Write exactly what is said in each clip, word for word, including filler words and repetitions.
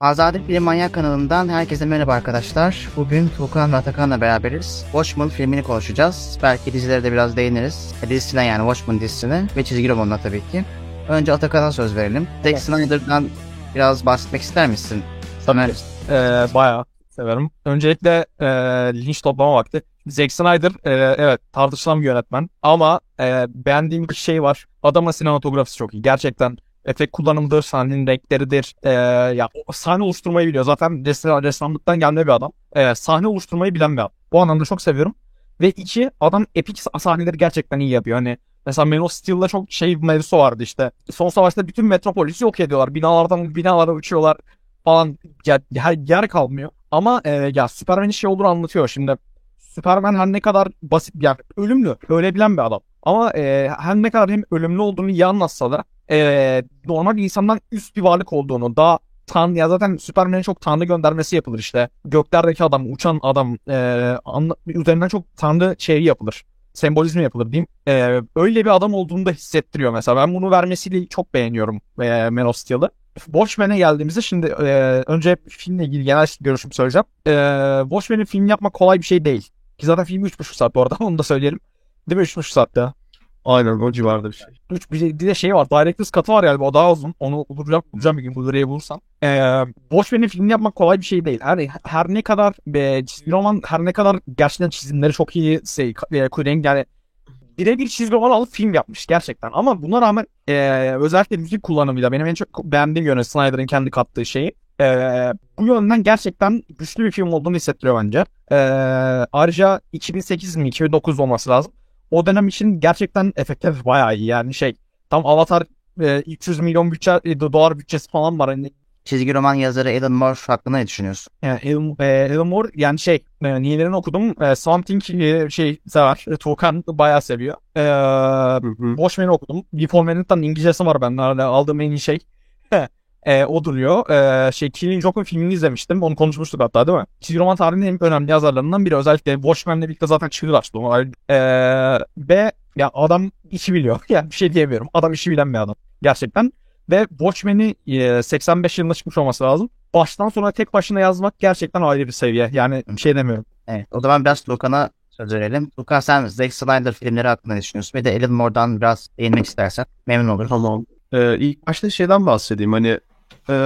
Azade Film Manyak kanalından herkese merhaba arkadaşlar. Bugün Tuğkan ve Atakan'la beraberiz. Watchmen filmini konuşacağız. Belki dizilere de biraz değiniriz. Dizisine yani Watchmen dizisine ve çizgi romanına tabii ki. Önce Atakan'a söz verelim. Zack Snyder'dan biraz bahsetmek ister misin? Tabii. Ee, bayağı severim. Öncelikle e, linç toplama vakti. Zack Snyder e, evet tartışılan bir yönetmen ama e, beğendiğim bir şey var. Adamın sinematografisi çok iyi. Gerçekten efekt kullanımıdır, sahnenin renkleridir. E, ya sahne oluşturmayı biliyor. Zaten resim, ressamlıktan gelme bir adam. E, sahne oluşturmayı bilen bir adam. Bu anlamda çok seviyorum. Ve iki, adam epik sahneleri gerçekten iyi yapıyor. Hani mesela Man of Steel'da çok şey mevzusu vardı işte. Son savaşta bütün metropolisi yok ediyorlar. Binalardan binalara uçuyorlar falan. Ya, yer, yer kalmıyor. Ama e, ya Superman'in şey olduğunu anlatıyor. Şimdi Superman her ne kadar basit, yani ölümlü, ölebilen bir adam. Ama e, her ne kadar hem ölümlü olduğunu iyi anlatsa da e, normal insandan üst bir varlık olduğunu, daha Tanrı, ya zaten Superman'in çok Tanrı göndermesi yapılır işte. Göklerdeki adam, uçan adam, e, anla, üzerinden çok Tanrı şeyi yapılır. Sembolizmi yapılır diyeyim. E, öyle bir adam olduğunu da hissettiriyor mesela. Ben bunu vermesiyle çok beğeniyorum e, Man of Steel'ı. Watchmen'e geldiğimizde şimdi e, önce filmle ilgili genel görüşümü söyleyeceğim. E, Watchmen'in film yapmak kolay bir şey değil. Ki zaten film üç buçuk saat bu arada, onu da söyleyelim. Değil mi üç buçuk saat ya? Aynen o civarda bir şey. üç, bir, bir de şey var. Director's Cut'ı var yani, o daha uzun. Onu bulacağım, bulacağım bir gün, Blu-ray'i bulursam. Ee, Watchmen'in filmini yapmak kolay bir şey değil. Her, her ne kadar be, çizgi roman, her ne kadar gerçekten çizimleri çok iyi, şey, e, renk yani birebir çizgi roman alıp film yapmış gerçekten. Ama buna rağmen e, özellikle müzik kullanımıyla benim en çok beğendiğim yönü Snyder'ın kendi kattığı şeyi. E, bu yönden gerçekten güçlü bir film olduğunu hissettiriyor bence. E, ayrıca iki bin sekiz mi iki bin dokuz olması lazım. O dönem için gerçekten efektler bayağı iyi. Yani şey, tam Avatar e, üç yüz milyon bütçe, e, dolar bütçesi falan var. Hani Çizgi roman yazarı Alan Moore hakkında ne düşünüyorsun? yani Alan, e, Alan Moore yani şey, e, niyelerini okudum. E, Swamp Thing e, şey sever. E, Tuğkan bayağı seviyor. E, Watchmen'i okudum. Before Magnet'tan İngilizcesi var bende. Hala aldığım en iyi şey. e, o duruyor. E, şey, Killing Joke'un filmini izlemiştim. Onu konuşmuştuk hatta, değil mi? Çizgi roman tarihinin en önemli yazarlarından biri. Özellikle Watchmen'le birlikte zaten çığır açtı. E, ve ya adam işi biliyor. Yani bir şey diyemiyorum. Adam işi bilen bir adam. Gerçekten. Ve Watchmen'i e, seksen beş yılında çıkmış olması lazım. Baştan sona tek başına yazmak gerçekten ayrı bir seviye. Yani bir şey demiyorum. Evet, o zaman biraz Tuğkan'a söz verelim. Tuğkan, sen Zack Snyder filmleri hakkında ne düşünüyorsun? Ve de Alan Moore'dan biraz değinmek istersen memnun olurum. Tamam. Ee, ilk başta şeyden bahsedeyim. Hani e,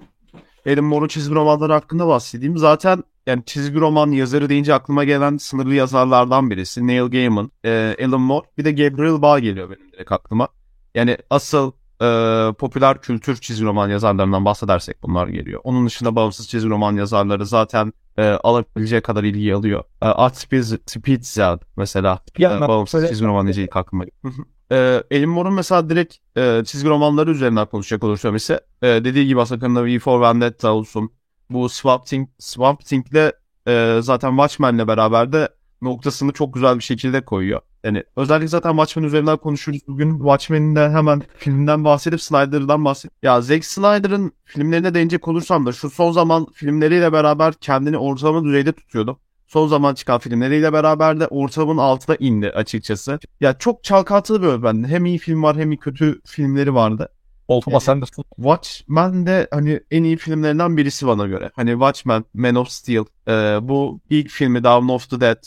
Alan Moore'un çizgi romanları hakkında bahsedeyim. Zaten yani çizgi roman yazarı deyince aklıma gelen sınırlı yazarlardan birisi Neil Gaiman, e, Alan Moore, bir de Gabriel Bá geliyor benim direkt aklıma. Yani asıl e, popüler kültür çizgi roman yazarlarından bahsedersek bunlar geliyor. Onun dışında bağımsız çizgi roman yazarları zaten e, alabileceği kadar ilgi alıyor. E, Art Spiegelman mesela e, bağımsız Söyle. çizgi roman ilk aklıma. e, Alan Moore'un mesela direkt e, çizgi romanları üzerinden konuşacak olursam ise e, dediği gibi aslında V for Vendetta olsun. Bu Swamp Thing, Swamp Thing'le e, zaten Watchmen'le beraber de noktasını çok güzel bir şekilde koyuyor. Yani özellikle zaten Watchmen üzerinden konuşuruz. Bugün Watchmen'in de hemen filmden bahsedip Snyder'dan bahsedip. Ya Zack Snyder'ın filmlerine değinecek olursam da şu son zaman filmleriyle beraber kendini ortalama düzeyde tutuyordu. Son zaman çıkan filmleriyle beraber de ortalamanın altına indi açıkçası. Ya çok çalkantılı bir bende. Hem iyi film var hem iyi kötü filmleri vardı. Oltuma sen de tut. Watchmen de hani en iyi filmlerinden birisi bana göre. Hani Watchmen, Man of Steel, e, bu ilk filmi Dawn of the Dead.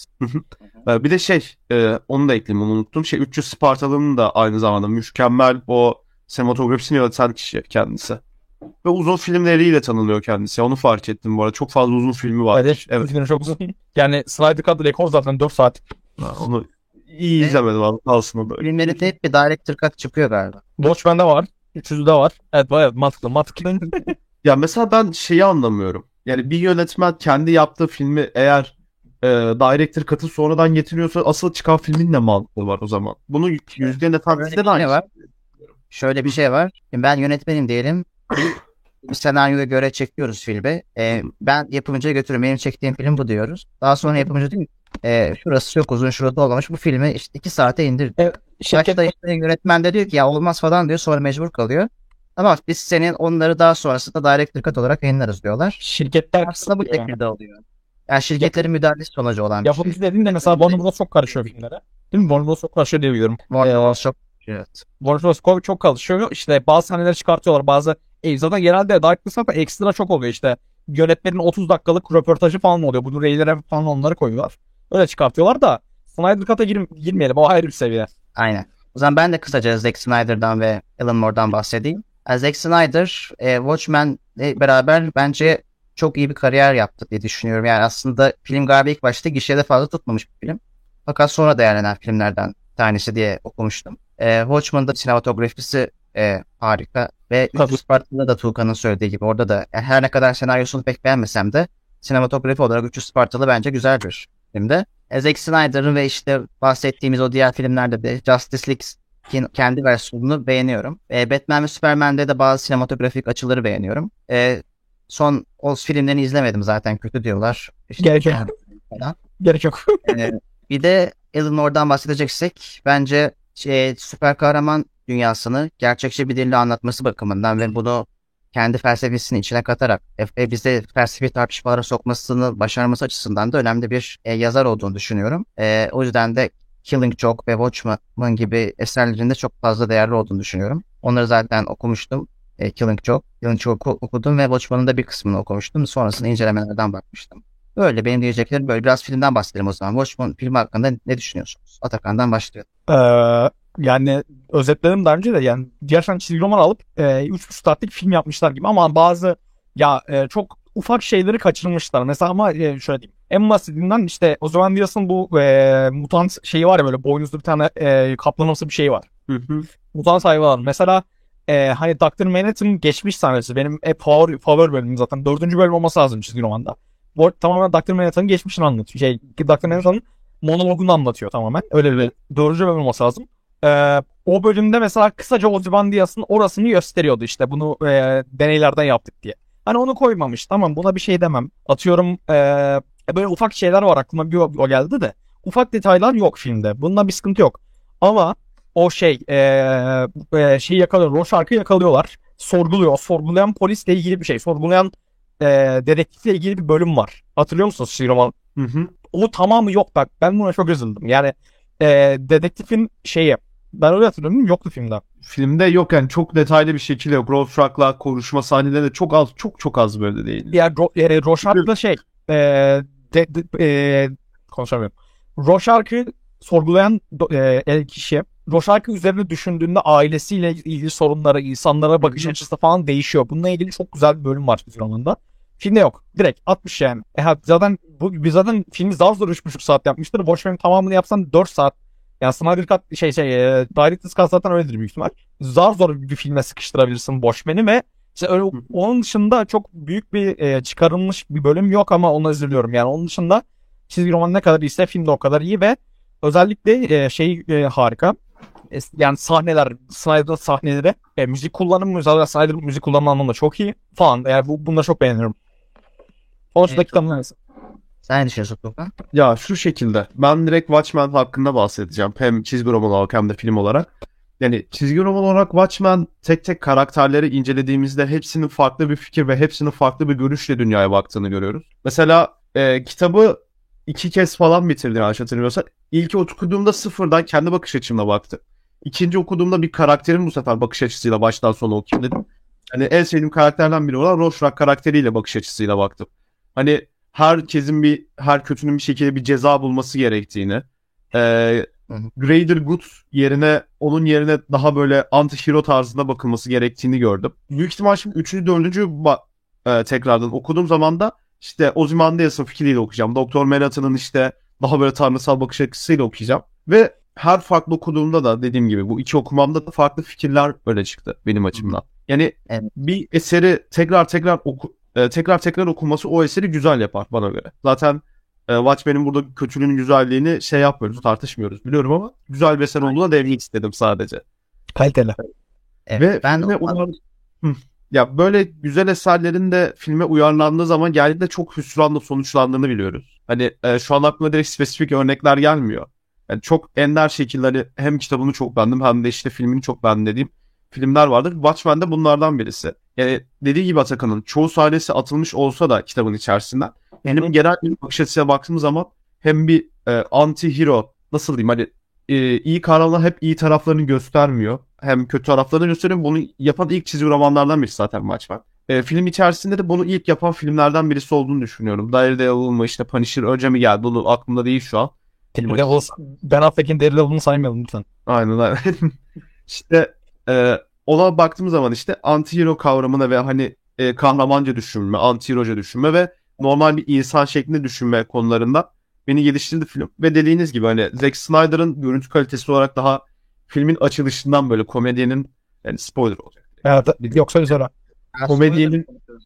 e, bir de şey, e, onu da ekleyeyim, onu unuttum. Şey, üç yüz Spartalı'nın da aynı zamanda mükemmel o sinematografisini yöneten kişi kendisi. Ve uzun filmleriyle tanınıyor kendisi. Onu fark ettim bu arada. Çok fazla uzun filmi var. Evet. Evet. Çok uzun. Yani Snyder Cut rekor zaten dört saat. Ha, onu iyi izlemedim abi. Aslında da. Filmleri de hep bir Director Cut çıkıyor galiba. Watchmen'de var. üç yüzde var. Evet, bayağı mantıklı. Mantıklı. Ya mesela ben şeyi anlamıyorum. Yani bir yönetmen kendi yaptığı filmi eğer e, director katı sonradan getiriyorsa asıl çıkan filmin ne mantığı var o zaman? Bunu yüzde ne Şöyle bir şey var. Şöyle bir şey var. Şimdi ben yönetmenim diyelim. Bir senaryoya göre çekiyoruz filmi. Ee, ben yapımcıya götürüyorum. Benim çektiğim film bu diyoruz. Daha sonra yapımcı diyor ki e, şurası çok uzun, şurada olmamış. Bu filmi işte iki saate indir. Evet, Başta işte yönetmen de diyor ki ya olmaz falan diyor. Sonra mecbur kalıyor. Ama biz senin onları daha sonrasında Director Cut olarak yayınlarız diyorlar. Şirketler Aslında bu şekilde oluyor. Yani şirketlerin müdahalesi sonucu olan bir şey. yapımcı dediğinde mesela Warner Bros çok karışıyor filmlere. Değil mi? Warner Bros çok karışıyor diye biliyorum. Warner Bros çok Evet. Warner Bros. Çok çalışıyor. İşte bazı sahneleri çıkartıyorlar. Bazı e, zaten genelde Dark Knight'ta ekstra çok oluyor işte. Yönetmenin otuz dakikalık röportajı falan oluyor. Blu-ray'lere falan onları koyuyorlar. Öyle çıkartıyorlar da Snyder Cut'a gir- girmeyelim. O ayrı bir seviye. Aynen. O zaman ben de kısaca Zack Snyder'dan ve Alan Moore'dan bahsedeyim. Yani Zack Snyder, e, Watchmen'le beraber bence çok iyi bir kariyer yaptı diye düşünüyorum. Yani aslında film galiba ilk başta gişede fazla tutmamış bir film. Fakat sonra değerlenen filmlerden bir tanesi diye okumuştum. E, Watchmen'da sinematografisi e, harika. Ve Tabii. üç Spartalı'da da Tuğkan'ın söylediği gibi orada da yani her ne kadar senaryosunu pek beğenmesem de sinematografi olarak üç Spartalı bence güzel bir filmde. E, Zack Snyder'ın ve işte bahsettiğimiz o diğer filmlerde de Justice League'in kendi versiyonunu beğeniyorum. E, Batman ve Superman'de de bazı sinematografik açıları beğeniyorum. E, son o filmlerini izlemedim zaten, kötü diyorlar. İşte, Gerek yok. falan. Gerek yok. E, bir de Alan Moore'dan bahsedeceksek bence şey, süper kahraman dünyasını gerçekçi bir dille anlatması bakımından ve bunu kendi felsefesini içine katarak e, bize felsefi tartışmalara sokmasını başarması açısından da önemli bir e, yazar olduğunu düşünüyorum. E, o yüzden de Killing Joke ve Watchmen gibi eserlerinde çok fazla değerli olduğunu düşünüyorum. Onları zaten okumuştum. E, Killing Joke, Killing Joke'u okudum ve Watchmen'ın da bir kısmını okumuştum. Sonrasında incelemelerden bakmıştım. Böyle benim diyeceklerim böyle. Biraz filmden bahsedelim o zaman. Watchmen filmi hakkında ne düşünüyorsunuz? Atakan'dan başlayalım. Ee, yani özetledim daha önce de yani gerçekten çizgi roman alıp e, üç buçuk saatlik film yapmışlar gibi ama bazı ya e, çok ufak şeyleri kaçırmışlar. Mesela ama e, şöyle diyeyim. En basitinden işte o zaman diyorsun bu e, mutant şeyi var ya, böyle boynuzlu bir tane e, kaplanımsı bir şey var. Hı hı. Mutant hayvan. Mesela e, hani doktor Manhattan'ın geçmiş sahnesi benim hep favori, favori bölümüm zaten. Dördüncü bölüm olması lazım çizgi romanda. Bu tamamen doktor Manhattan'ın geçmişini anlatıyor. Şey, doktor Manhattan'ın monologunu anlatıyor tamamen. Öyle bir dördüncü bölüm olması lazım. Ee, o bölümde mesela kısaca Ozymandias'ın orasını gösteriyordu, işte bunu e, deneylerden yaptık diye. Hani onu koymamış, tamam, buna bir şey demem. Atıyorum e, böyle ufak şeyler var, aklıma bir o, o geldi de. Ufak detaylar yok filmde. Bunda bir sıkıntı yok. Ama o şey e, e, şeyi yakalıyor. Rorschach'ı yakalıyorlar. Sorguluyor. O sorgulayan polisle ilgili bir şey. Sorgulayan e, dedektifle ilgili bir bölüm var. Hatırlıyor musunuz çizgi roman? Hı hı. O tamamı yok bak. Ben buna çok üzüldüm. Yani e, dedektifin şeyi, ben öyle hatırlıyorum, yoktu filmde. Filmde yok yani, çok detaylı bir şekilde yok. Rorschach'la konuşma sahneleri de çok az, çok çok az böyle değil. Diğer Ro- e, Rorschach'la şey e, de, de, e, konuşamıyorum. Rorschach'ı sorgulayan do- e, el kişi Rorschach üzerine düşündüğünde ailesiyle ilgili sorunları, insanlara bakış açısı falan değişiyor. Bununla ilgili çok güzel bir bölüm var çizgi romanda. Filmde yok. Direkt atmış yani. E, ha, zaten bu biz zaten filmi zar zor üç buçuk saat yapmıştır. Watchmen'in tamamını yapsan dört saat. Yani Snyder Cut şey şey e, Director's Cut zaten öyledir büyük ihtimal. Zar zor bir filme sıkıştırabilirsin Watchmen'i ve işte öyle, onun dışında çok büyük bir e, çıkarılmış bir bölüm yok ama ona üzülüyorum. Yani onun dışında çizgi roman ne kadar iyiyse film de o kadar iyi ve özellikle e, şey e, harika. E, yani sahneler, Snyder'ın sahneleri, e, müzik kullanımı, zaten Snyder'ın müzik kullanımı anlamında çok iyi falan. Yani bu, bunları çok beğeniyorum. Sonuçta Evet. kitabın neyse. Sen ne düşünüyorsun Tuğkan? Ya şu şekilde. Ben direkt Watchmen hakkında bahsedeceğim. Hem çizgi roman olarak hem de film olarak. Yani çizgi roman olarak Watchmen tek tek karakterleri incelediğimizde hepsinin farklı bir fikir ve hepsinin farklı bir görüşle dünyaya baktığını görüyoruz. Mesela e, kitabı iki kez falan bitirdim yanlış hatırlamıyorsam. İlk okuduğumda sıfırdan kendi bakış açımla baktım. İkinci okuduğumda bir karakterin bu sefer bakış açısıyla baştan sona okuyayım dedim. Hani en sevdiğim karakterden biri olan Rorschach karakteriyle bakış açısıyla baktım. Hani herkesin bir, her kötünün bir şekilde bir ceza bulması gerektiğini, e, Greater Good yerine, onun yerine daha böyle anti-hero tarzında bakılması gerektiğini gördüm. Büyük ihtimal şimdi üçüncü dördüncü ba- e, tekrardan okuduğum zaman da işte Ozymandias'ın fikriyle okuyacağım. doktor Manhattan'ın işte daha böyle tanrısal bakış açısıyla okuyacağım. Ve her farklı okuduğumda da dediğim gibi bu iki okumamda da farklı fikirler öyle çıktı benim açımdan. Yani Evet. bir eseri tekrar tekrar oku, e, tekrar tekrar okunması o eseri güzel yapar bana göre. Zaten e, Watchmen'in burada kötülüğün güzelliğini şey yapmıyoruz, tartışmıyoruz biliyorum ama güzel bir eser olduğuna değinmek istedim sadece. Kaliteli. Evet, Ve ben filme uyar- Hı. Ya böyle güzel eserlerin de filme uyarlandığı zaman geldiğinde çok hüsranla sonuçlandığını biliyoruz. Hani e, şu an aklıma direkt spesifik örnekler gelmiyor. Yani çok ender şekilde hani hem kitabını çok beğendim hem de işte filmini çok beğendim dediğim filmler vardır. Watchmen de bunlardan birisi. Yani dediği gibi Atakan'ın çoğu sahnesi atılmış olsa da kitabın içerisinden benim genel bir bakış açısına baktığım zaman hem bir e, anti-hero, nasıl diyeyim, hani e, iyi kahramanlar hep iyi taraflarını göstermiyor. Hem kötü taraflarını gösteriyor. Bunu yapan ilk çizgi romanlardan birisi zaten Watchmen. E, film içerisinde de bunu ilk yapan filmlerden birisi olduğunu düşünüyorum. Daredevil mı işte Punisher önce mi geldi? Bunu aklımda değil şu an. Daredevil, Ben Affleck'in Daredevil'ını saymayalım lütfen. Aynen aynen. İşte e, ona baktığım zaman işte anti-hero kavramına ve hani e, kahramanca düşünme, anti-hero'ca düşünme ve normal bir insan şeklinde düşünme konularında beni geliştirdi film. Ve dediğiniz gibi hani Zack Snyder'ın görüntü kalitesi olarak daha filmin açılışından böyle komedyenin, yani spoiler olacak. Evet, yoksa üzere. Komedyenin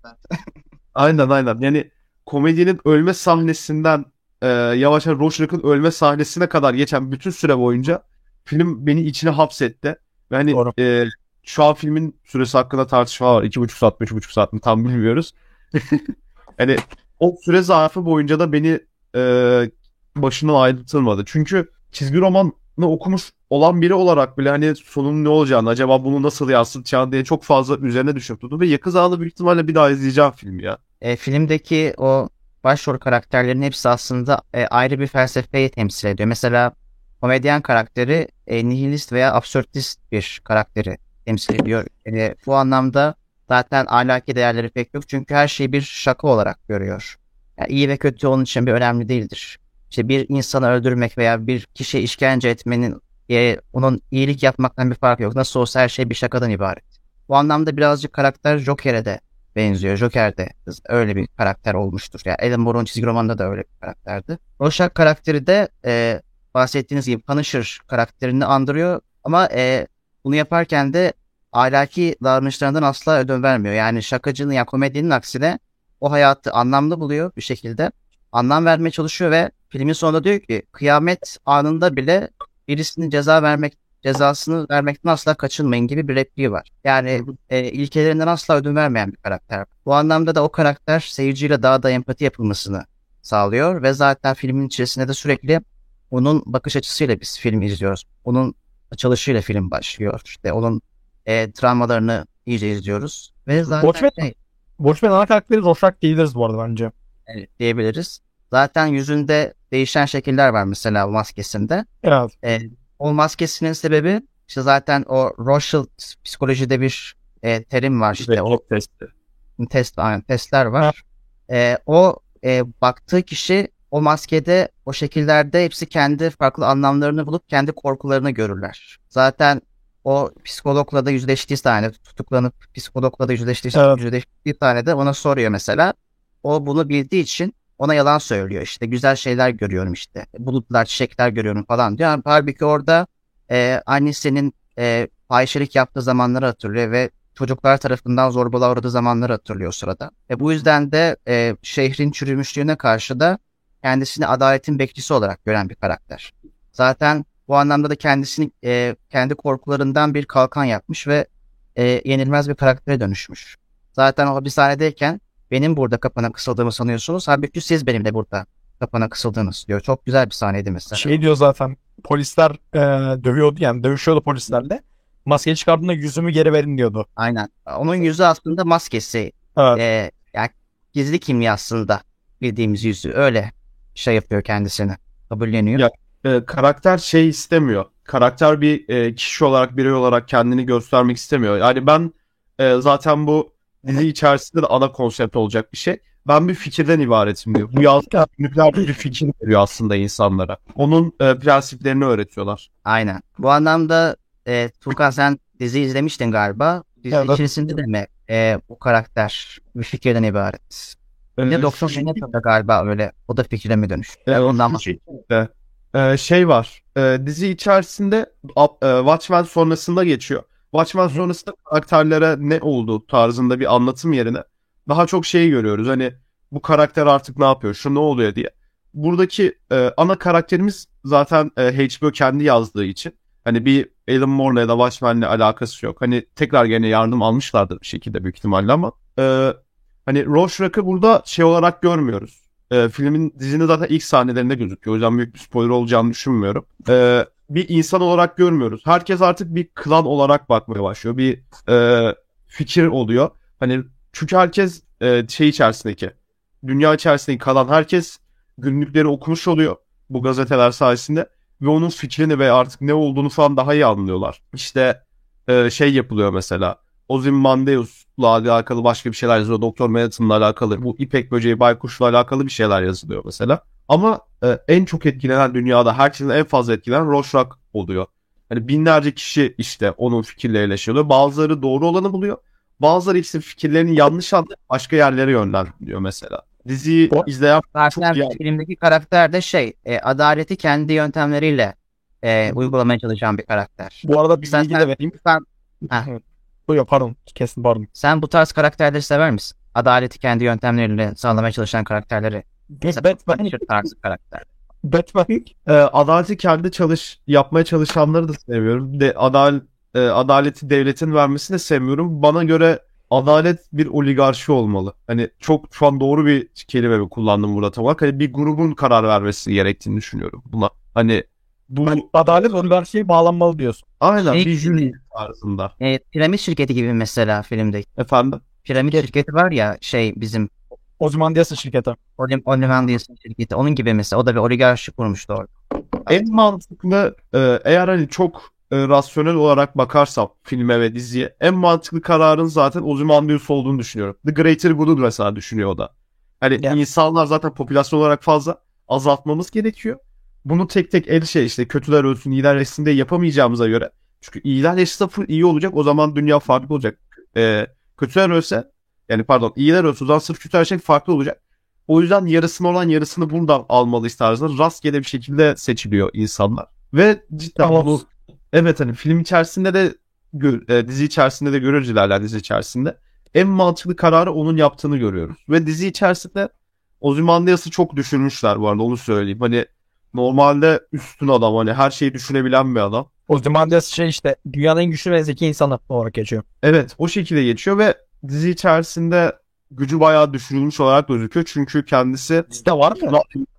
aynen aynen yani komedyenin ölme sahnesinden e, yavaş yavaş Rorschach'ın ölme sahnesine kadar geçen bütün süre boyunca film beni içine hapsetti. Ve hani Doğru. e, şu an filmin süresi hakkında tartışma var. iki buçuk saat mi, üç buçuk saat mi tam bilmiyoruz. Yani o süre zarfı boyunca da beni e, başından ayrıltılmadı. Çünkü çizgi romanı okumuş olan biri olarak bile hani sonunun ne olacağını, acaba bunu nasıl yansıtacağını diye çok fazla üzerine düşüp durdu ve yakın zamanda büyük ihtimalle bir daha izleyeceğim filmi ya. E, filmdeki o başrol karakterlerin hepsi aslında e, ayrı bir felsefeyi temsil ediyor. Mesela komedyen karakteri e, nihilist veya absürtist bir karakteri temsil ediyor. Yani bu anlamda zaten ahlaki değerleri pek yok. Çünkü her şeyi bir şaka olarak görüyor. Yani iyi ve kötü onun için bir önemli değildir. İşte bir insanı öldürmek veya bir kişiye işkence etmenin e, onun iyilik yapmaktan bir farkı yok. Nasıl olsa her şey bir şakadan ibaret. Bu anlamda birazcık karakter Joker'e de benziyor. Joker de öyle bir karakter olmuştur. Yani Alan Moore'un çizgi romanında da öyle bir karakterdi. Rorschach karakteri de e, bahsettiğiniz gibi Punisher karakterini andırıyor ama e, bunu yaparken de ahlaki davranışlarından asla ödün vermiyor. Yani şakacının ya komedinin aksine o hayatı anlamlı buluyor bir şekilde. Anlam vermeye çalışıyor ve filmin sonunda diyor ki kıyamet anında bile birisinin ceza vermek cezasını vermekten asla kaçınmayın gibi bir repliği var. Yani e, ilkelerinden asla ödün vermeyen bir karakter. Bu anlamda da o karakter seyirciyle daha da empati yapılmasını sağlıyor ve zaten filmin içerisinde de sürekli onun bakış açısıyla biz film izliyoruz. Onun açılışıyla film başlıyor. İşte onun e, travmalarını iyice izliyoruz. Ve zaten Watchmen, şey, Watchmen ana karakteri Rorschach diyebiliriz bu arada bence. evet, diyebiliriz. Zaten yüzünde değişen şekiller var mesela maskesinde. Evet. E, o maskesinin sebebi işte zaten o Rothschild psikolojide bir e, terim var işte o testi. test aynen, testler var. E, o e, baktığı kişi o maskede o şekillerde hepsi kendi farklı anlamlarını bulup kendi korkularını görürler. Zaten o psikologla da yüzleştiği sahne tutuklanıp psikologla da yüzleştiği, Evet. yüzleştiği sahne de ona soruyor mesela. O bunu bildiği için ona yalan söylüyor. İşte güzel şeyler görüyorum işte. Bulutlar, çiçekler görüyorum falan diyor. Yani halbuki orada e, annesinin e, fahişelik yaptığı zamanları hatırlıyor ve çocuklar tarafından zorbalığa uğradığı zamanları hatırlıyor o sırada. Ve bu yüzden de e, şehrin çürümüşlüğüne karşı da kendisini adaletin bekçisi olarak gören bir karakter. Zaten bu anlamda da kendisini e, kendi korkularından bir kalkan yapmış ve e, yenilmez bir karaktere dönüşmüş. Zaten o hapishanedeyken benim burada kapana kısıldığımı sanıyorsunuz. Halbuki siz benim de burada kapana kısıldınız diyor. Çok güzel bir sahneydi mesela. Şey diyor zaten, polisler e, dövüyordu, yani dövüşüyordu polislerle. Maskeyi çıkardığında yüzümü geri verin diyordu. Aynen. Onun yüzü aslında maskesi. Evet. E, yani gizli kimliği aslında bildiğimiz yüzü. Öyle şey yapıyor kendisini. Kabulleniyor. Ya, e, karakter şey istemiyor. Karakter bir e, kişi olarak, birey olarak kendini göstermek istemiyor. Yani ben e, zaten bu dizi içerisinde de ana konsept olacak bir şey. Ben bir fikirden ibaretim diyor. Bu yazdığı günlükler bir fikir veriyor aslında insanlara. Onun e, prensiplerini öğretiyorlar. Aynen. Bu anlamda e, Tuğkan sen dizi izlemiştin galiba. Dizi Evet. içerisinde de mi e, bu karakter bir fikirden ibaret? E, Ne doktor Manhattan'da galiba öyle. O da fikre mi dönüştü? Evet, Ondan şey, e, e, şey var. E, dizi içerisinde e, Watchmen sonrasında geçiyor. Watchmen sonrasında karakterlere ne oldu tarzında bir anlatım yerine daha çok şeyi görüyoruz. Hani bu karakter artık ne yapıyor, şu ne oluyor diye. Buradaki e, ana karakterimiz zaten e, H B O kendi yazdığı için hani bir Alan Moore'la ya da Watchmen'le alakası yok. Hani tekrar gene yardım almışlardır bir şekilde büyük ihtimalle ama e, hani Rorschach'ı burada şey olarak görmüyoruz. E, filmin dizinin zaten ilk sahnelerinde gözüküyor. O yüzden büyük bir spoiler olacağını düşünmüyorum. E, bir insan olarak görmüyoruz. Herkes artık bir klan olarak bakmaya başlıyor. Bir e, fikir oluyor. Hani çünkü herkes e, şey içerisindeki, dünya içerisindeki kalan herkes günlükleri okumuş oluyor bu gazeteler sayesinde. ve onun fikrini ve artık ne olduğunu falan daha iyi anlıyorlar. İşte e, şey yapılıyor mesela. Ozymandias'la alakalı başka bir şeyler yazılıyor. Doktor Manhattan'la alakalı, bu İpek Böceği Baykuş'la alakalı bir şeyler yazılıyor mesela. Ama e, en çok etkilenen, dünyada herkesin en fazla etkilenen Rorschach oluyor. Hani binlerce kişi işte onun fikirleriyle şey oluyor. Bazıları doğru olanı buluyor. Bazıları ise fikirlerini yanlış anlayıp başka yerlere yönlendiriyor mesela. Diziyi O- izleyen Zaten iyi- filmdeki karakter de şey, e, adaleti kendi yöntemleriyle e, uygulamaya çalışan bir karakter. Bu arada bir Sen- bilgi de vereyim. Sen, ha, Buyur, pardon. Kesin pardon. sen bu tarz karakterleri sever misin? Adaleti kendi yöntemleriyle sağlamaya çalışan karakterleri. Mesela Batman. Punisher tarzı karakter. Batman. e, adaleti kendi çalış yapmaya çalışanları da sevmiyorum. De adal e, adaleti devletin vermesini de sevmiyorum. Bana göre adalet bir oligarşi olmalı. Hani çok şu an doğru bir kelime mi kullandım burada tam olarak. Hani bir grubun karar vermesi gerektiğini düşünüyorum buna. Hani bu Ben adalet oligarşiye bağlanmalı diyorsun. aynen Şey bir jüri gibi, tarzında. e, piramit şirketi gibi mesela filmde. Efendim? Piramit şirketi var ya, şey bizim Ozymandias şirketi. Olim Ozymandias'ın şirketi. Onun gibi mesela. O da bir oligarşi kurmuştu orada. En mantıklı e, eğer hani çok e, rasyonel olarak bakarsam filme ve diziye, en mantıklı kararın zaten Ozymandias olduğunu düşünüyorum. The Greater Good'u mesela düşünüyor o da. Hani Yani. insanlar zaten popülasyon olarak fazla, azaltmamız gerekiyor. Bunu tek tek el şey işte kötüler ölsün iyiler yaşasın diye yapamayacağımıza göre. Çünkü iyiler yaşasa full iyi olacak, o zaman dünya farklı olacak. E, kötüler ölse yani pardon iyiler ölse o zaman sırf kötü her şey farklı olacak. O yüzden yarısını olan yarısını buradan almalıyız tarzında rastgele bir şekilde seçiliyor insanlar. Ve cidden Ama- bu evet hani film içerisinde de gö- e, dizi içerisinde de görüyoruz ilerleyen dizi içerisinde. En mantıklı kararı onun yaptığını görüyoruz. Ve dizi içerisinde Ozymandias'ı çok düşünmüşler bu arada, onu söyleyeyim. Hani normalde üstün adam, hani her şeyi düşünebilen bir adam. Ozymandias şey işte dünyanın en güçlü ve zeki insanı olarak geçiyor. Evet, o şekilde geçiyor ve dizi içerisinde gücü bayağı düşürülmüş olarak gözüküyor. Çünkü kendisi Sizde var mı?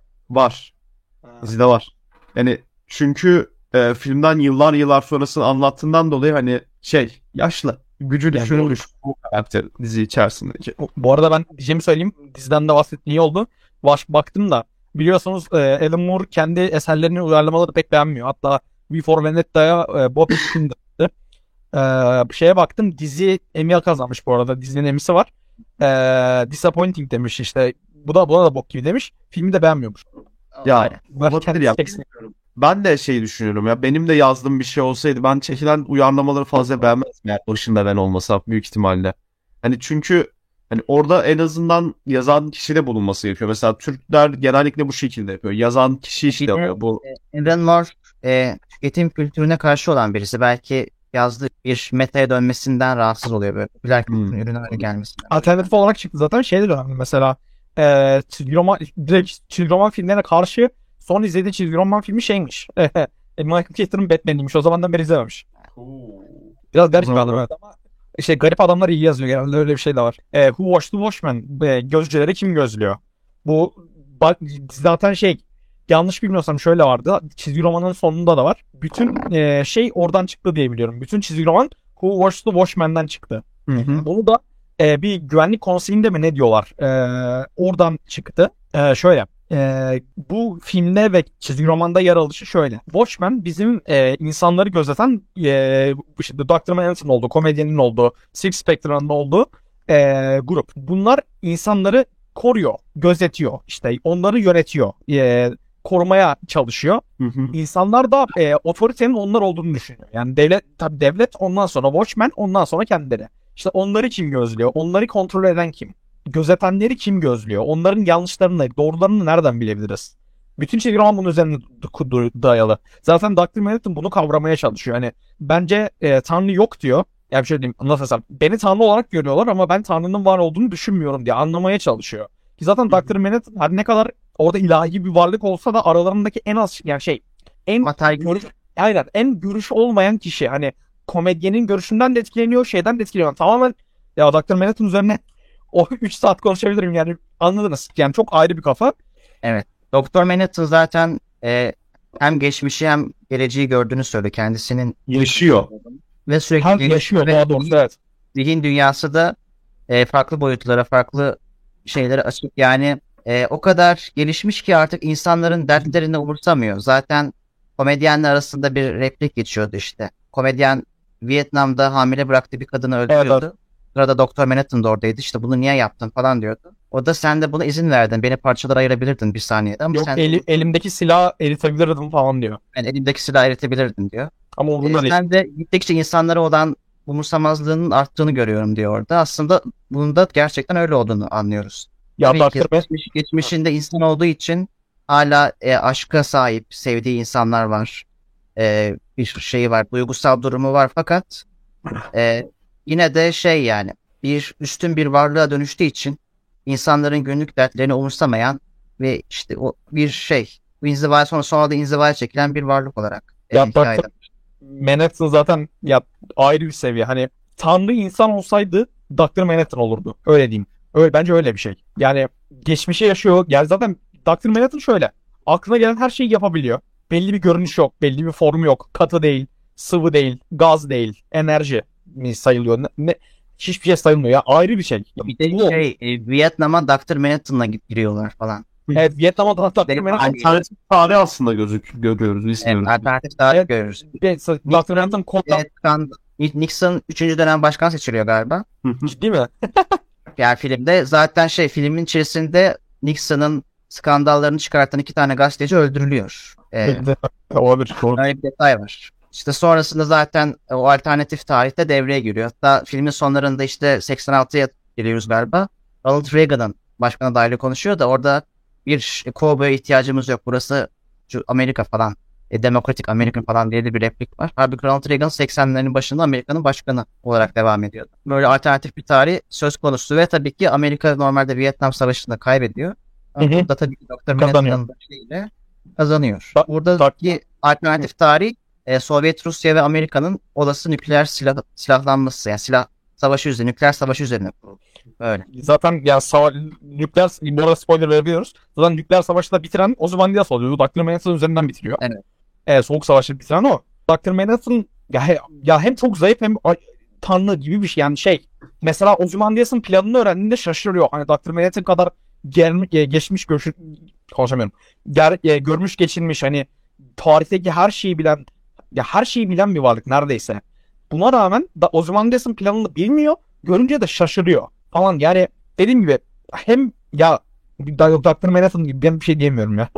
var. Dizide var. Yani çünkü e, filmden yıllar yıllar sonrasını anlattığından dolayı hani şey yaşlı. Gücü Yani düşürülmüş bu karakter dizi içerisindeki. Bu arada ben diyeceğimi söyleyeyim. Diziden de bahsettiğim iyi oldu. Baş, baktım da biliyorsunuz e, Alan Moore kendi eserlerini uyarlamaları pek beğenmiyor. Hatta V for Vendetta'ya e, Bob Hoskins de e, şeye baktım. Dizi Emmy kazanmış bu arada. Dizinin Emmy'si var. E, disappointing demiş işte. Bu da buna da bok gibi demiş. Filmi de beğenmiyormuş. Ya Aynen. olabilir ya. Ben de şey düşünüyorum ya, benim de yazdığım bir şey olsaydı ben çekilen uyarlamaları fazla beğenmezdim yani başında ben olmasam büyük ihtimalle. Hani çünkü hani orada en azından yazan kişi de bulunması gerekiyor. Mesela Türkler genellikle bu şekilde yapıyor. Yazan kişi işte yapıyor. Bu Alan Moore e, tüketim kültürüne karşı olan birisi. Belki yazdığı bir metaya dönmesinden rahatsız oluyor böyle. Popüler kültürün Hmm. ürüne öyle gelmesinden. Alternatif olarak çıktı zaten şey de önemli. Mesela e, çizgi roman, direkt çizgi roman filmlerine karşı son izlediği çizgi roman filmi şeymiş. e, Michael Keaton'ın Batman'iymiş. O zamandan beri izlememiş. Biraz garip bir adam evet ama işte garip adamlar iyi yazıyor genelde, öyle bir şey de var. E, Who Watched the Watchmen? E, gözcüleri kim gözlüyor? Bu bak zaten şey, yanlış bilmiyorsam şöyle vardı. Çizgi romanın sonunda da var. Bütün e, şey oradan çıktı diye biliyorum. Bütün çizgi roman Who Watched the Watchmen'den çıktı. Hı hı. Bunu da e, bir güvenlik konseyinde mi ne diyorlar? E, oradan çıktı. E, şöyle. e, bu filmde ve çizgi romanda yer alışı şöyle. Watchmen bizim e, insanları gözeten e, işte doktor Manhattan olduğu, komedyenin olduğu, Six Spectre'ın olduğu e, grup. Bunlar insanları koruyor, gözetiyor. İşte onları yönetiyor. E, korumaya çalışıyor. Hı hı. İnsanlar da e, otoritenin onlar olduğunu düşünüyor. Yani devlet, tabii devlet, ondan sonra Watchmen, ondan sonra kendileri. İşte onları kim gözlüyor? Onları kontrol eden kim? Gözetenleri kim gözlüyor? Onların yanlışlarını, doğrularını nereden bilebiliriz? Bütün çizgi roman bunun üzerine dayalı. Zaten doktor Manhattan bunu kavramaya çalışıyor. Hani bence e, Tanrı yok diyor. Yani bir şey diyeyim, nasıl desem. Beni Tanrı olarak görüyorlar ama ben Tanrı'nın var olduğunu düşünmüyorum diye anlamaya çalışıyor. Ki zaten doktor Manhattan her ne kadar orada ilahi bir varlık olsa da aralarındaki en az yani şey en Materyal- görüş, aynen en görüş olmayan kişi. Hani komedyenin görüşünden de etkileniyor, şeyden de etkileniyor. Tamamen ya doktor Manhattan üzerine o üç saat konuşabilirim yani, anladınız. Yani çok ayrı bir kafa. Doktor Manhattan zaten e, hem geçmişi hem geleceği gördüğünü söylüyor. Kendisinin Yaşıyor. ve sürekli Hem yaşıyor daha doğrusu, evet. zihin dünyası da e, farklı boyutlara, farklı şeylere açık. Yani e, o kadar gelişmiş ki artık insanların dertlerini umursamıyor. Zaten komedyenler arasında bir replik geçiyordu işte. Komedyen Vietnam'da hamile bıraktığı bir kadını öldürüyordu. Evet, Sırada Doktor Manhattan da oradaydı. İşte bunu niye yaptın falan diyordu. O da sen de buna izin verdin. Beni parçalara ayırabilirdin bir saniyede. Ama Yok sen eli- elimdeki silahı eritebilirdim falan diyor. yani elimdeki silahı eritebilirdin diyor. Ama umurunda E, değil. ben de gittikçe insanlara olan umursamazlığının arttığını görüyorum diyor orada. Aslında bunun da gerçekten öyle olduğunu anlıyoruz. Ya Tabii ki Doctor Man- geçmiş, geçmişinde insan olduğu için hala e, aşka sahip, sevdiği insanlar var. E, bir şeyi var, duygusal durumu var fakat e, yine de şey yani bir üstün bir varlığa dönüştüğü için insanların günlük dertlerini umursamayan ve işte o bir şey, bu inzivaya sonra sonra da inzivaya çekilen bir varlık olarak e, Ya hikayede. Doctor Manhattan zaten ya ayrı bir seviye. Hani Tanrı insan olsaydı Doktor Manhattan olurdu. Öyle diyeyim. Öyle, bence öyle bir şey. Yani geçmişe yaşıyor. Yani zaten Doktor Manhattan şöyle. Aklına gelen her şeyi yapabiliyor. Belli bir görünüş yok. Belli bir formu yok. Katı değil. Sıvı değil. Gaz değil. Enerji mi sayılıyor? Ne, ne- hiçbir şey sayılmıyor ya. Ayrı bir şey. Bir de Bu- şey e, Vietnam'a Doktor Manhattan'la giriyorlar falan. Evet, Vietnam'a da Doktor Benim Manhattan. Alternatif tarih aslında gözük görüyoruz, Evet, izliyoruz. alternatif tarih Evet. görüyoruz. Doktor Manhattan komutan. Evet, kan- Nixon üçüncü dönem başkan seçiliyor galiba. Hı hı. Ciddi mi? Yani filmde zaten şey filmin içerisinde Nixon'ın skandallarını çıkartan iki tane gazeteci öldürülüyor. Ee, Olabilir. Doğru. Böyle bir detay var. İşte sonrasında zaten o alternatif tarihte devreye giriyor. Hatta filmin sonlarında işte seksen altıya geliyoruz galiba. Ronald Reagan'ın başkan adaylığı konuşuyor da orada bir kovboya ihtiyacımız yok. Burası şu Amerika falan. E, Demokratik Amerikan falan diye de bir replik var. Halbuki Ronald Reagan seksenlerin başında Amerika'nın başkanı olarak devam ediyordu. Böyle alternatif bir tarih söz konusu ve tabii ki Amerika normalde Vietnam Savaşı'nda kaybediyor. Ama Hı hı. burada tabii ki doktor Kazanıyor. Manhattan'ın şeyiyle kazanıyor. Bak- Buradaki alternatif tarih e, Sovyet Rusya ve Amerika'nın olası nükleer silah, silahlanması yani silah savaşı üzerine, nükleer savaşı üzerine kuruldu. Böyle. Zaten yani sava- nükleer, bu arada spoiler verebiliyoruz. Zaten nükleer savaşı da bitiren Ozymandias oluyor. Doktor Manhattan üzerinden bitiriyor. Evet. Evet, soğuk savaşı bitiren o. Doktor Manhattan ya, he- ya hem çok zayıf hem ay- tanrı gibi bir şey yani şey. Mesela Ozymandias'ın planını öğrendiğinde şaşırıyor. Hani Doktor Manhattan kadar gelmiş, geçmiş görüşü konuşamıyorum. Ger, e, görmüş geçirmiş hani tarihteki her şeyi bilen ya her şeyi bilen bir varlık neredeyse. Buna rağmen da Ozymandias'ın planını bilmiyor. Görünce de şaşırıyor falan. Yani dediğim gibi hem ya Doktor Manhattan gibi ben bir şey diyemiyorum ya.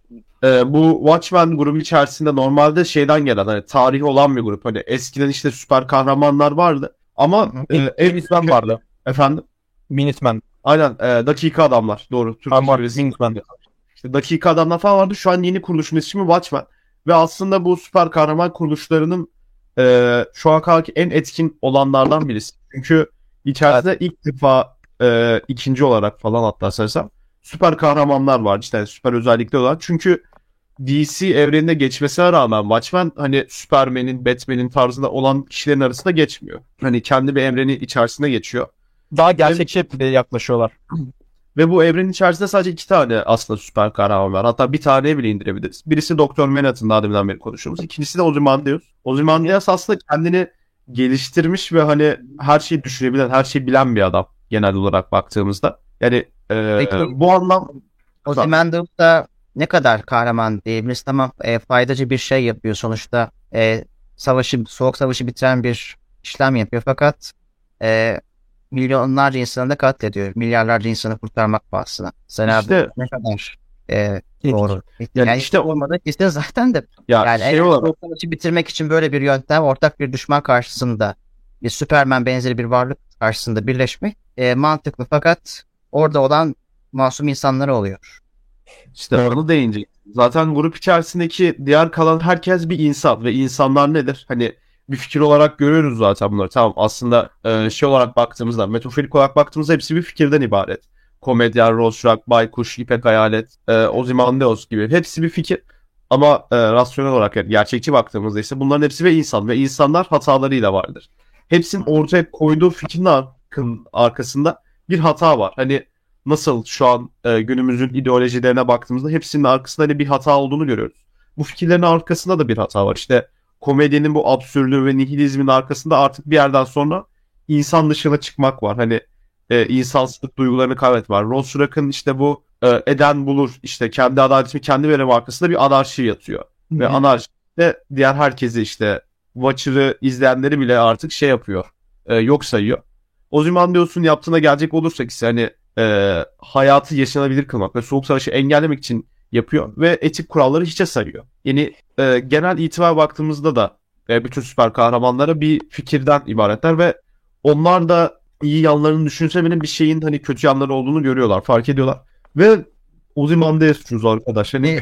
Ee, bu Watchmen grubu içerisinde normalde şeyden gelen hani tarihi olan bir grup. Hani eskiden işte süper kahramanlar vardı. Ama e, en Minutemen vardı. efendim Minutemen. aynen e, dakika adamlar doğru. Türk Ama çevirisi. Minutemen. İşte dakika adamlar falan vardı. Şu an yeni kuruluşun ismi Watchmen. Ve aslında bu süper kahraman kuruluşlarının e, şu an kadar en etkin olanlardan birisi. Çünkü içerisinde ilk defa e, ikinci olarak falan hatta saysam süper kahramanlar var. İşte süper özellikli olarak. Çünkü D C evrenine geçmesine rağmen Watchmen hani Superman'in, Batman'in tarzında olan kişilerin arasında geçmiyor. Hani kendi bir evreni içerisinde geçiyor. Daha gerçekçi bir de yaklaşıyorlar. Ve bu evrenin içerisinde sadece iki tane aslında süper kahraman var. Hatta bir taneye bile indirebiliriz. Birisi Doktor Manhattan, daha deminden beri konuştuğumuz. İkincisi de Ozymandias. Ozymandias aslında kendini geliştirmiş ve hani her şeyi düşünebilen, her şeyi bilen bir adam genel olarak baktığımızda. Yani e, Peki- bu anlam O zaman da ne kadar kahraman diyebiliriz. Tamam e, faydacı bir şey yapıyor sonuçta. E, savaşı, soğuk savaşı bitiren bir işlem yapıyor fakat e, milyonlarca insanı da katlediyor. Milyarlarca insanı kurtarmak pahasına. Sen İşte- abi ne kadar e, doğru. Yani Yani, işte işte olmadı kesin zaten de ya yani şey eğer olarak soğuk savaşı bitirmek için böyle bir yöntem ortak bir düşman karşısında bir Superman benzeri bir varlık karşısında birleşmek e, mantıklı fakat orada olan masum insanları oluyor. İşte onu değince. Zaten grup içerisindeki diğer kalan herkes bir insan ve insanlar nedir? Hani bir fikir olarak görüyoruz zaten bunları. Tamam aslında e, şey olarak baktığımızda, metaforik olarak baktığımızda hepsi bir fikirden ibaret. Komedyen, Rorschach, Baykuş, İpek Hayalet, e, Ozymandias gibi hepsi bir fikir. Ama e, rasyonel olarak yani gerçekçi baktığımızda ise bunların hepsi ve insan ve insanlar hatalarıyla vardır. Hepsinin ortaya koyduğu fikrin ar- arkasında bir hata var. Hani nasıl şu an e, günümüzün ideolojilerine baktığımızda hepsinin arkasında hani bir hata olduğunu görüyoruz. Bu fikirlerin arkasında da bir hata var. İşte komedinin bu absürlüğü ve nihilizmin arkasında artık bir yerden sonra insan dışına çıkmak var. Hani e, insansızlık duygularını kaybetmek var. Rorschach'ın işte bu e, eden bulur işte kendi adaletimi kendi verem arkasında bir anarşi yatıyor. Ve Hı. anarşide diğer herkesi işte Watcher'ı izleyenleri bile artık şey yapıyor. e, yok sayıyor. Ozymandias'ın yaptığına gelecek olursak ise hani e, hayatı yaşanabilir kılmak ve soğuk savaşı engellemek için yapıyor ve etik kuralları hiçe sayıyor. Yani e, genel itibar baktığımızda da e, bütün süper kahramanlara bir fikirden ibaretler ve onlar da iyi yanlarını düşünse bile bir şeyin hani kötü yanları olduğunu görüyorlar, fark ediyorlar. Ve Ozymandias'cıyız arkadaş. Hani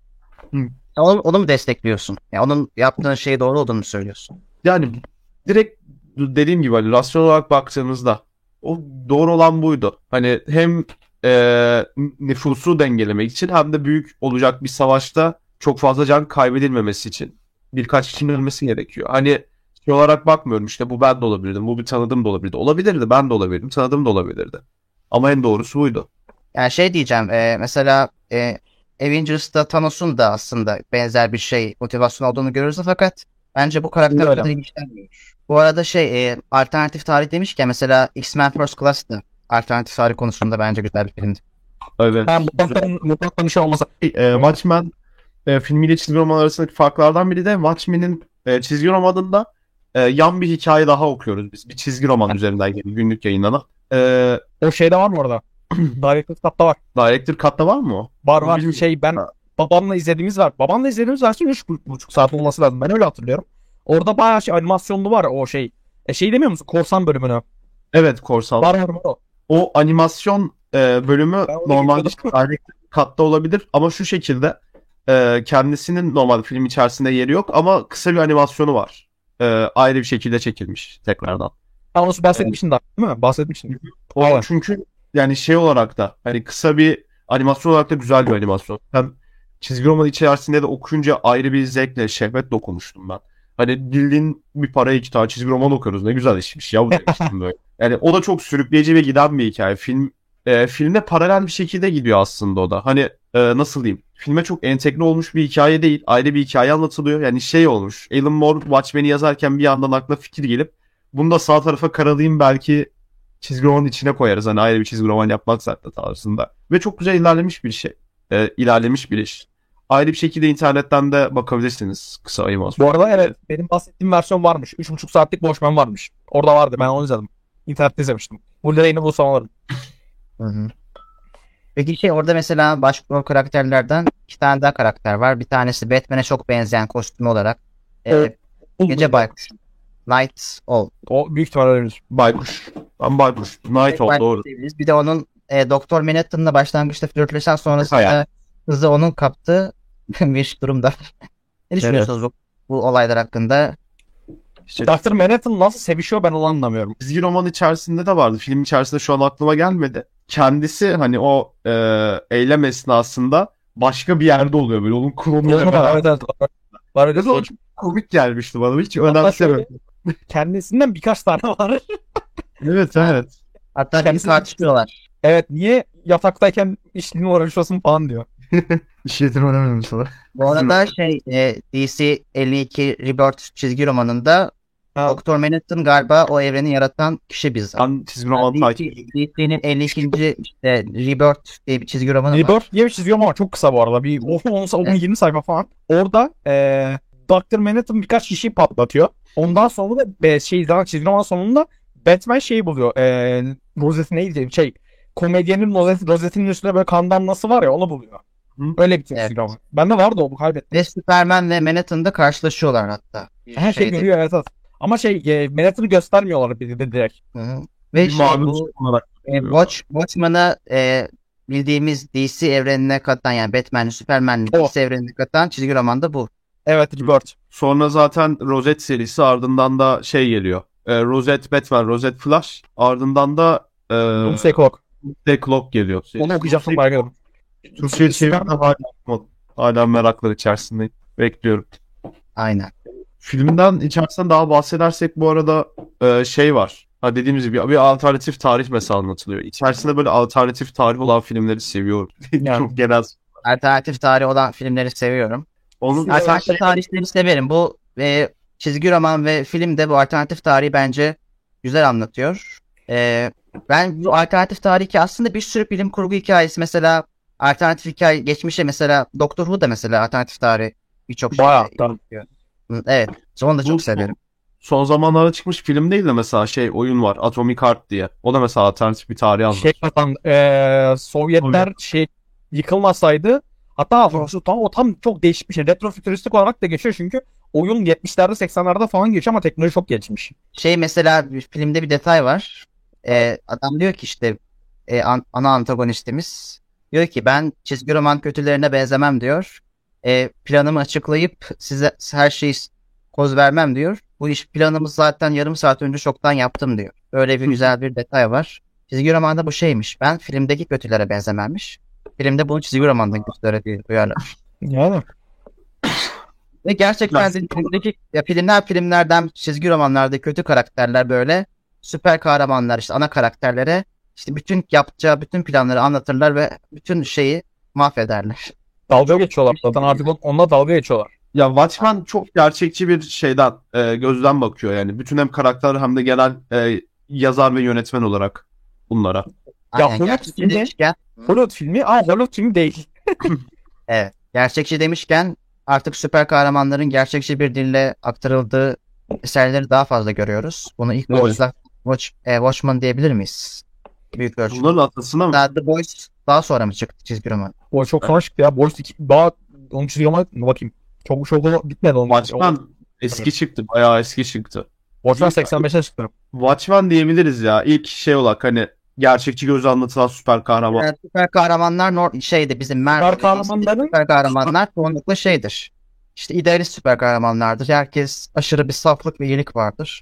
Onu, onu mu destekliyorsun? Yani onun yaptığın şey doğru olduğunu mu söylüyorsun? yani direkt dediğim gibi hani rasyonel olarak baktığımızda o doğru olan buydu. Hani hem e, nüfusu dengelemek için hem de büyük olacak bir savaşta çok fazla can kaybedilmemesi için birkaç kişinin ölmesi gerekiyor. Hani şey olarak bakmıyorum işte bu ben de olabilirdim, bu bir tanıdığım da olabilirdi. Olabilirdi, ben de olabilirdim, tanıdığım da olabilirdi. Ama en doğrusu buydu. Yani şey diyeceğim, e, mesela e, Avengers'ta Thanos'un da aslında benzer bir şey motivasyon olduğunu görürüz fakat bence bu karakter o Öyle. kadar ilginçlenmiyor. Bu arada şey, e, alternatif tarih demişken mesela X-Men First Class da alternatif tarih konusunda bence güzel bir filmdi. Evet. Ben mutlaka mutlaka bir şey olmasa. e, Watchmen e, filmiyle çizgi roman arasındaki farklardan biri de Watchmen'in e, çizgi romanında e, yan bir hikaye daha okuyoruz biz. Bir çizgi roman üzerinden geliyor, günlük yayınlanan. E, O şeyde var mı orada? Director's Cut'ta var. Director Cut'ta var mı o? Var var. Bilmiyorum. Şey ben Ha. babamla izlediğimiz var. Babamla izlediğimiz versiyon üç buçuk saat olması lazım. Ben öyle hatırlıyorum. Orada bayağı şey animasyonlu var o şey. E şey demiyor musun? Korsan bölümünü. Evet, Korsan. Var var var o. O animasyon e, bölümü Ben onu normalde bilmiyordum. Director Cut'ta olabilir ama şu şekilde e, kendisinin normal film içerisinde yeri yok ama kısa bir animasyonu var. E, ayrı bir şekilde çekilmiş tekrardan. Ha, onu bahsetmiştin daha değil mi? Bahsetmiştin. O Evet. çünkü yani şey olarak da hani kısa bir animasyon olarak da güzel bir animasyon. Hem çizgi roman içerisinde de okuyunca ayrı bir zevkle, şehvetle okumuştum ben. Hani bildiğin bir paraya iki tane çizgi roman okuyoruz. Ne güzel işmiş ya bu demiştim böyle. Yani o da çok sürükleyici ve giden bir hikaye. Film e, filmde paralel bir şekilde gidiyor aslında o da. Hani e, nasıl diyeyim? Filme çok entegre olmuş bir hikaye değil. Ayrı bir hikaye anlatılıyor. Yani şey olmuş. Alan Moore Watchmen'i yazarken bir yandan aklına fikir gelip bunu da sağ tarafa karalayayım belki çizgi romanın içine koyarız. Hani ayrı bir çizgi roman yapmak zaten tarzında. Ve çok güzel ilerlemiş bir şey. Ee, ilerlemiş bir iş. Ayrı bir şekilde internetten de bakabilirsiniz kısa animasyon. Bu arada evet benim bahsettiğim versiyon varmış. üç buçuk saatlik Watchmen varmış. Orada vardı, ben onu izledim. İnternette izlemiştim. Blu-ray'ini bulsam alırım. Hı hı. Peki şey, orada mesela başrol karakterlerden iki tane daha karakter var. Bir tanesi Batman'e çok benzeyen kostüm olarak. E, Evet. Gece Baykuş. Night Owl. O büyük ihtimal öyledir. Baykuş. Ben Baykuş. Night Owl Baykuş doğru. diyebiliriz. Bir de onun e, Doktor Manhattan'la başlangıçta flörtleşen sonrasında Hayal. kızı onun kaptığı bir durumda. Ne düşünüyorsunuz bu, bu olaylar hakkında? İşte doktor Manhattan nasıl sevişiyor ben onu anlamıyorum. çizgi roman içerisinde de vardı. Film içerisinde şu an aklıma gelmedi. Kendisi hani o e, eylem esnasında başka bir yerde oluyor böyle. Onun klonuyla evet beraber. evet. Var öyle. O çok komik gelmişti bana. Hiç Hatta önemsemedim. kendisinden birkaç tane var. Evet evet. Hatta Kendisi- bir tartışıyorlar. Evet, niye yataktayken işliğine uğraşıyorsun falan diyor. Bir şeyden öğrenemedim sana. Bu arada şey, e, D C elli iki Rebirth çizgi romanında Ha. Doktor Manhattan galiba o evreni yaratan kişi bizzat. Ben çizgi roman takip D C'nin elli ikinci işte Rebirth diye bir çizgi romanı var. Rebirth diye bir çizgi roman ama çok kısa bu arada. Bir on yirmi sayfa falan. Orada eee doktor Manhattan birkaç kişiyi patlatıyor. Ondan sonra da e, şey daha çizgi roman sonunda Batman şeyi buluyor. Eee rozeti neydi diyeyim şey. Komedyenin rozeti, rozetinin üstünde böyle kan damlası var ya, onu buluyor. Hı. Öyle bir çizgi Evet. roman. Bende vardı o, bu kaybettim. Ve Superman ve Manhattan'da karşılaşıyorlar hatta. Her şey Şeyde. görüyor evet, evet. Ama şey e, Manhattan'ı göstermiyorlar bir de direkt. Hı hı. Ve bir şey, mavi bu olarak. e, Watch, Watchmen'a e, bildiğimiz D C evrenine katan, yani Batman'li, Superman'li O. D C evrenine katan çizgi roman da bu. Evet, Rebirth. Sonra zaten Rosette serisi, ardından da şey geliyor. E, Rosette Batman, Rosette Flash. Ardından da e, Doomsday Clock. Doomsday Clock geliyor. Onu okuyacaktım bakalım. Türkçe'ye çevirme hala yapmadım. Hala meraklar içerisindeyim. Bekliyorum. Aynen. Filmden içerisinden daha bahsedersek bu arada e, şey var. Ha, dediğimiz gibi bir, bir alternatif tarih mesela anlatılıyor. İçerisinde böyle alternatif tarih olan filmleri seviyorum. Yani. Çok genel. Alternatif tarih olan filmleri seviyorum. Onun Alternatif tarihleri severim. Bu e, çizgi roman ve film de bu alternatif tarihi bence güzel anlatıyor. E, ben bu alternatif tarihi aslında bir sürü bilim kurgu hikayesi, mesela alternatif hikaye geçmişe, mesela Doctor Who da mesela alternatif tarih birçok şey. Bayağı. Tamam. Evet. Onu da çok Bu- severim. Son zamanlarda çıkmış film değil de mesela şey oyun var. Atomic Heart diye. O da mesela alternatif bir tarih anlatıyor. Şey zaten eee Sovyetler şey yıkılmasaydı, hatta o tam, o tam çok değişik bir şey. Retrofütüristik olarak da geçiyor çünkü oyun yetmişlerde seksenlerde falan geçiyor ama teknoloji çok gelişmiş. Şey mesela bir filmde bir detay var. Ee, adam diyor ki işte e, an- ana antagonistimiz diyor ki ben çizgi roman kötülerine benzemem diyor. E, planımı açıklayıp size her şeyi s- koz vermem diyor. Bu iş planımız zaten yarım saat önce çoktan yaptım diyor. Böyle bir güzel bir detay var. Çizgi romanda bu şeymiş. Ben filmdeki kötülere benzememmiş. Filmde bunu çizgi romandaki kötülere diye duyarlar. Yani. Ve gerçekten de filmdeki ya filmler filmlerden çizgi romanlarda kötü karakterler böyle süper kahramanlar işte ana karakterlere işte bütün yapacağı bütün planları anlatırlar ve bütün şeyi mahvederler. Dalga geçiyorlar zaten, artık on- onunla dalga geçiyorlar. Ya Watchmen çok gerçekçi bir şeyden e, gözden bakıyor yani. Bütün hem karakter hem de genel e, yazar ve yönetmen olarak bunlara. Aynen, Hollywood gerçekçi filmi- demişken, Hollywood filmi ama Hollywood filmi değil. evet, gerçekçi demişken artık süper kahramanların gerçekçi bir dille aktarıldığı eserleri daha fazla görüyoruz. Bunu ilk Evet. Watch'la Watch, e, Watchmen diyebilir miyiz? Büyük ölçüde. Bunların atasına mı? Daha The Boys daha sonra mı çıktı çizgi roman? O çok sonra çıktı ya. Boys iki daha onun çizgi romanı bakayım. Çok çok bitmedi onun. Watchmen eski çıktı. Bayağı eski çıktı. Watchmen seksen beşe çıktı. Watchmen diyebiliriz ya. İlk şey olarak hani gerçekçi gözle anlatılan süper kahraman. Yani süper kahramanlar nor- şeyde bizim Marvel Süper kahramanların- süper kahramanlar çoğunlukla şeydir. İşte idealist süper kahramanlardır. Herkes aşırı bir saflık ve iyilik vardır.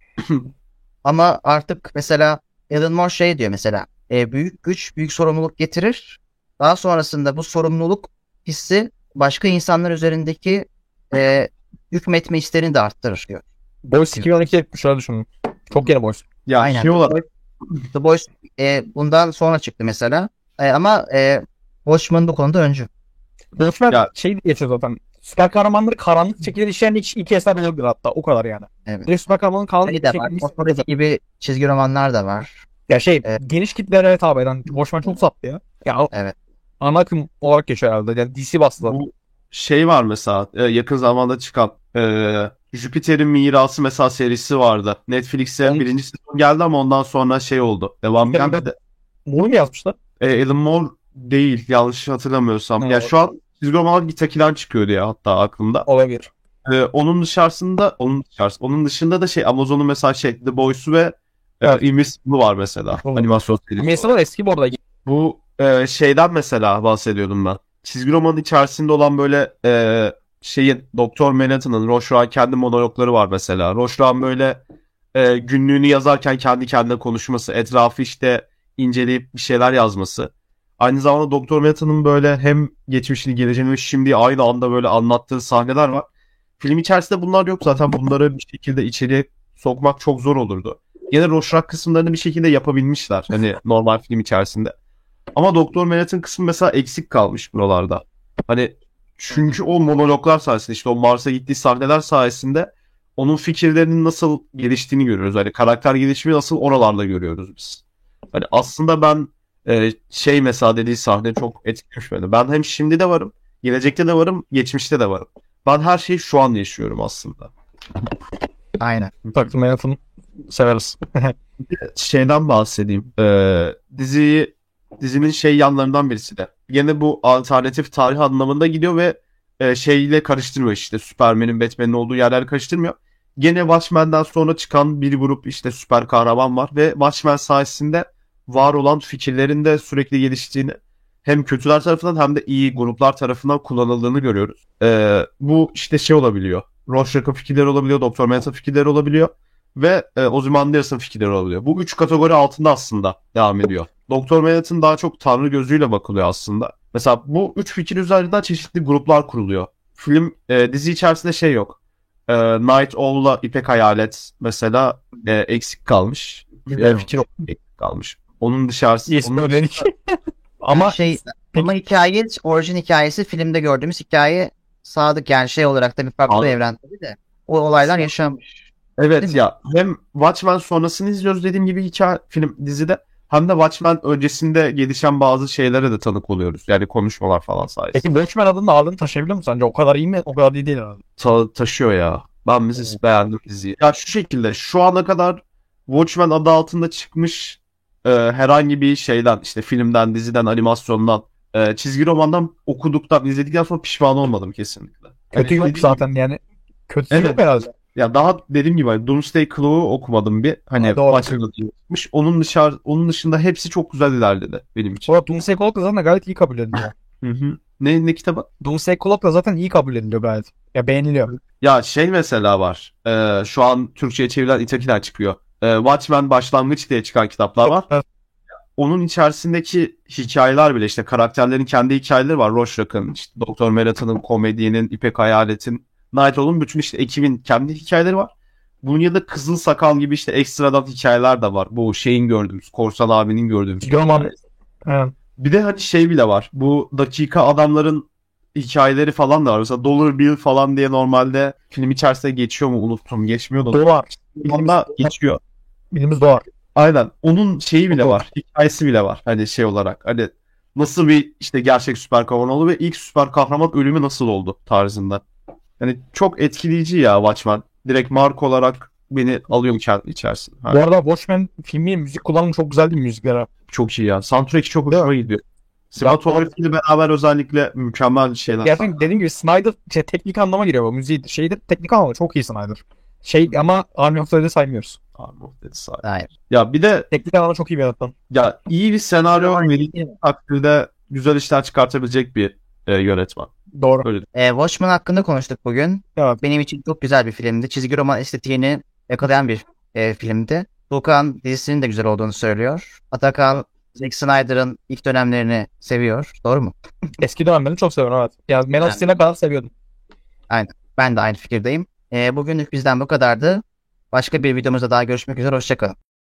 Ama artık mesela Alan Moore şey diyor mesela e, büyük güç büyük sorumluluk getirir. Daha sonrasında bu sorumluluk hissi başka insanlar üzerindeki e, hükmetme isteğini de arttırır diyor. Boys iki bin on ikide bitmiş, şöyle düşünün. Çok yeni Boys. Ya Aynen. şey olarak The Boys e, bundan sonra çıktı mesela. E, ama e, Watchmen bu konuda öncü. Boys'lar Ya- şey diye geçiyor zaten. Süper kahramanları karanlık şekilde işleyen ilk, ilk eser olabilir hatta. O kadar yani. Evet. Direkt süper kahramanın karanlık Şey de var. şekilde Authority gibi çizgi romanlar da var. ya şey Evet. geniş kitlere hitap eden. Watchmen çok sattı ya. Ya o- Evet. ana akım olarak geçiyor herhalde. Yani D C bastı. bu şey var mesela e, yakın zamanda çıkan e, Jüpiter'in Mirası mesela serisi vardı. Netflix'e Onun- birinci sezon geldi ama ondan sonra şey oldu. Devam Bir de- gelmedi. Bunu mu yazmışlar? E, Alan Moore değil yanlış hatırlamıyorsam. Ha, ya o- şu an çizgi romanlar Gitaki'den çıkıyordu ya hatta aklımda. Olabilir. E, onun dışarısında onun dışarısı, onun dışında da şey Amazon'un mesela şey The Boys'u ve e, Evet. Invincible var mesela. Olur. Animasyon serisi. Mesela eski bu arada. Bu e, şeyden mesela bahsediyordum ben. Çizgi romanın içerisinde olan böyle e, şeyin Doktor Manhattan'ın Rorschach'ın kendi monologları var mesela. Rorschach'ın böyle e, günlüğünü yazarken kendi kendine konuşması, etrafı işte inceleyip bir şeyler yazması. Aynı zamanda Doktor Manhattan'ın böyle hem geçmişini, geleceğini ve şimdi aynı anda böyle anlattığı sahneler var. Film içerisinde bunlar yok zaten. Bunları bir şekilde içeriye sokmak çok zor olurdu. Yine Rorschach kısımlarını bir şekilde yapabilmişler. Hani normal film içerisinde. Ama Doktor Manhattan kısmı mesela eksik kalmış buralarda. Hani çünkü o monologlar sayesinde işte o Mars'a gittiği sahneler sayesinde onun fikirlerinin nasıl geliştiğini görüyoruz. Hani karakter gelişimi nasıl oralarda görüyoruz biz. Hani aslında ben e, şey mesela dediği sahne çok etkilemiş beni. Ben hem şimdi de varım, gelecekte de varım, geçmişte de varım. Ben her şeyi şu an yaşıyorum aslında. Aynen. Takım Manhattan severiz. Şeyden bahsedeyim. Ee, diziyi dizinin şey yanlarından birisi de. Yine bu alternatif tarih anlamında gidiyor ve e, şeyle karıştırmıyor işte. Superman'in, Batman'in olduğu yerler karıştırmıyor. Gene Watchmen'den sonra çıkan bir grup işte süper kahraman var ve Watchmen sayesinde var olan fikirlerin de sürekli geliştiğini hem kötüler tarafından hem de iyi gruplar tarafından kullanıldığını görüyoruz. Ee, bu işte şey olabiliyor. Rorschach'ın fikirleri olabiliyor, Doktor Manhattan fikirleri olabiliyor ve e, Ozymandias'ın fikirleri olabiliyor. Bu üç kategori altında aslında devam ediyor. Doktor Manhattan daha çok tanrı gözüyle bakılıyor aslında. Mesela bu üç fikir üzerinden çeşitli gruplar kuruluyor. Film, e, dizi içerisinde şey yok. E, Night Owl'la İpek Hayalet mesela e, eksik kalmış. E, fikir eksik kalmış. Onun dışarısı... İsmi onun- ödenik. Ama şey ama hikaye orijin hikayesi filmde gördüğümüz hikaye sadık yani şey olarak da bir farklı Anladım. evren tabii de o olaylar yaşanmış. Değil Evet mi? ya hem Watchmen sonrasını izliyoruz dediğim gibi hikaye film dizide hem de Watchmen öncesinde gelişen bazı şeylere de tanık oluyoruz. Yani konuşmalar falan sayesinde. Peki Watchmen adının ağırlığını taşıyabiliyor mu sence? O kadar iyi mi? O kadar iyi değil herhalde. Ta- taşıyor ya. Ben bizi beğendim diziyi. Ya şu şekilde şu ana kadar Watchmen adı altında çıkmış e, herhangi bir şeyden işte filmden, diziden, animasyondan, e, çizgi romandan okuduktan, izledikten sonra pişman olmadım kesinlikle. Kötü Yani yok zaten yani. Kötü Evet. yok herhalde. Ya daha dediğim gibi hani Doomsday Clow'u okumadım bir. Hani Ha, doğru. başında çıkmış. Onun dışarı onun dışında hepsi çok güzel ilerledi benim için. Sonra Doomsday Clock da zaten gayet iyi kabul ediliyor. Hı hı. Ne ne kitabı? Doomsday Clock da zaten iyi kabul ediliyor gayet. Ya beğeniliyor. Ya şey mesela var. Ee, şu an Türkçe'ye çevrilen İtaki'den çıkıyor. Ee, Watchmen Başlangıç diye çıkan kitaplar var. Evet. Onun içerisindeki hikayeler bile işte karakterlerin kendi hikayeleri var. Rorschach'ın, işte Doktor Manhattan'ın, komedyenin, İpek Hayalet'in, Nightow'un bütün işte ekibin kendi hikayeleri var. Bunun ya da Kızıl Sakal gibi işte ekstradan hikayeler de var. Bu şeyin gördüğümüz, Korsan abinin gördüğümüz. Görmem. Evet. Bir de hani şey bile var. Bu dakika adamların hikayeleri falan da var. Mesela Dollar Bill falan diye normalde film içerisinde geçiyor mu unuttum. Geçmiyor da. Doğar. Onda geçiyor. Bilimiz doğar. Aynen. Onun şeyi bile var. Hikayesi bile var. Hani şey olarak. Hani nasıl bir işte gerçek süper kahraman oldu ve ilk süper kahraman ölümü nasıl oldu tarzında. Yani çok etkileyici ya Watchmen. Direkt marka olarak beni alıyor kendi içerisinde. Bu arada Watchmen filmi müzik kullanımı çok güzel değil mi müziklere? Çok iyi ya. Soundtrack çok hoşuma gidiyor. Sinematografiyle beraber özellikle mükemmel şeyler. Gerçekten dediğim gibi Snyder şey, teknik anlama giriyor bu müziği. Şeyde teknik anlamda çok iyi Snyder. Şey ama Army of the Dead'i saymıyoruz. Arm of Dead Side. Hayır. Ya bir de Teknik anlamda çok iyi bir yönetmen. ya iyi bir senaryo verildiği takdirde güzel işler çıkartabilecek bir e, yönetmen. Doğru. Öyle. E, Watchmen hakkında konuştuk bugün. Evet. Benim için çok güzel bir filmdi. Çizgi roman estetiğini yakalayan bir e, filmdi. Tuğkan dizisinin de güzel olduğunu söylüyor. Atakan Zack Snyder'ın ilk dönemlerini seviyor. Doğru mu? Eski dönemlerini çok seviyorum evet. Yani Man of Evet. Steel'e kadar seviyordum. Ben de aynı fikirdeyim. E, bugünlük bizden bu kadardı. Başka bir videomuzda daha görüşmek üzere. Hoşçakalın.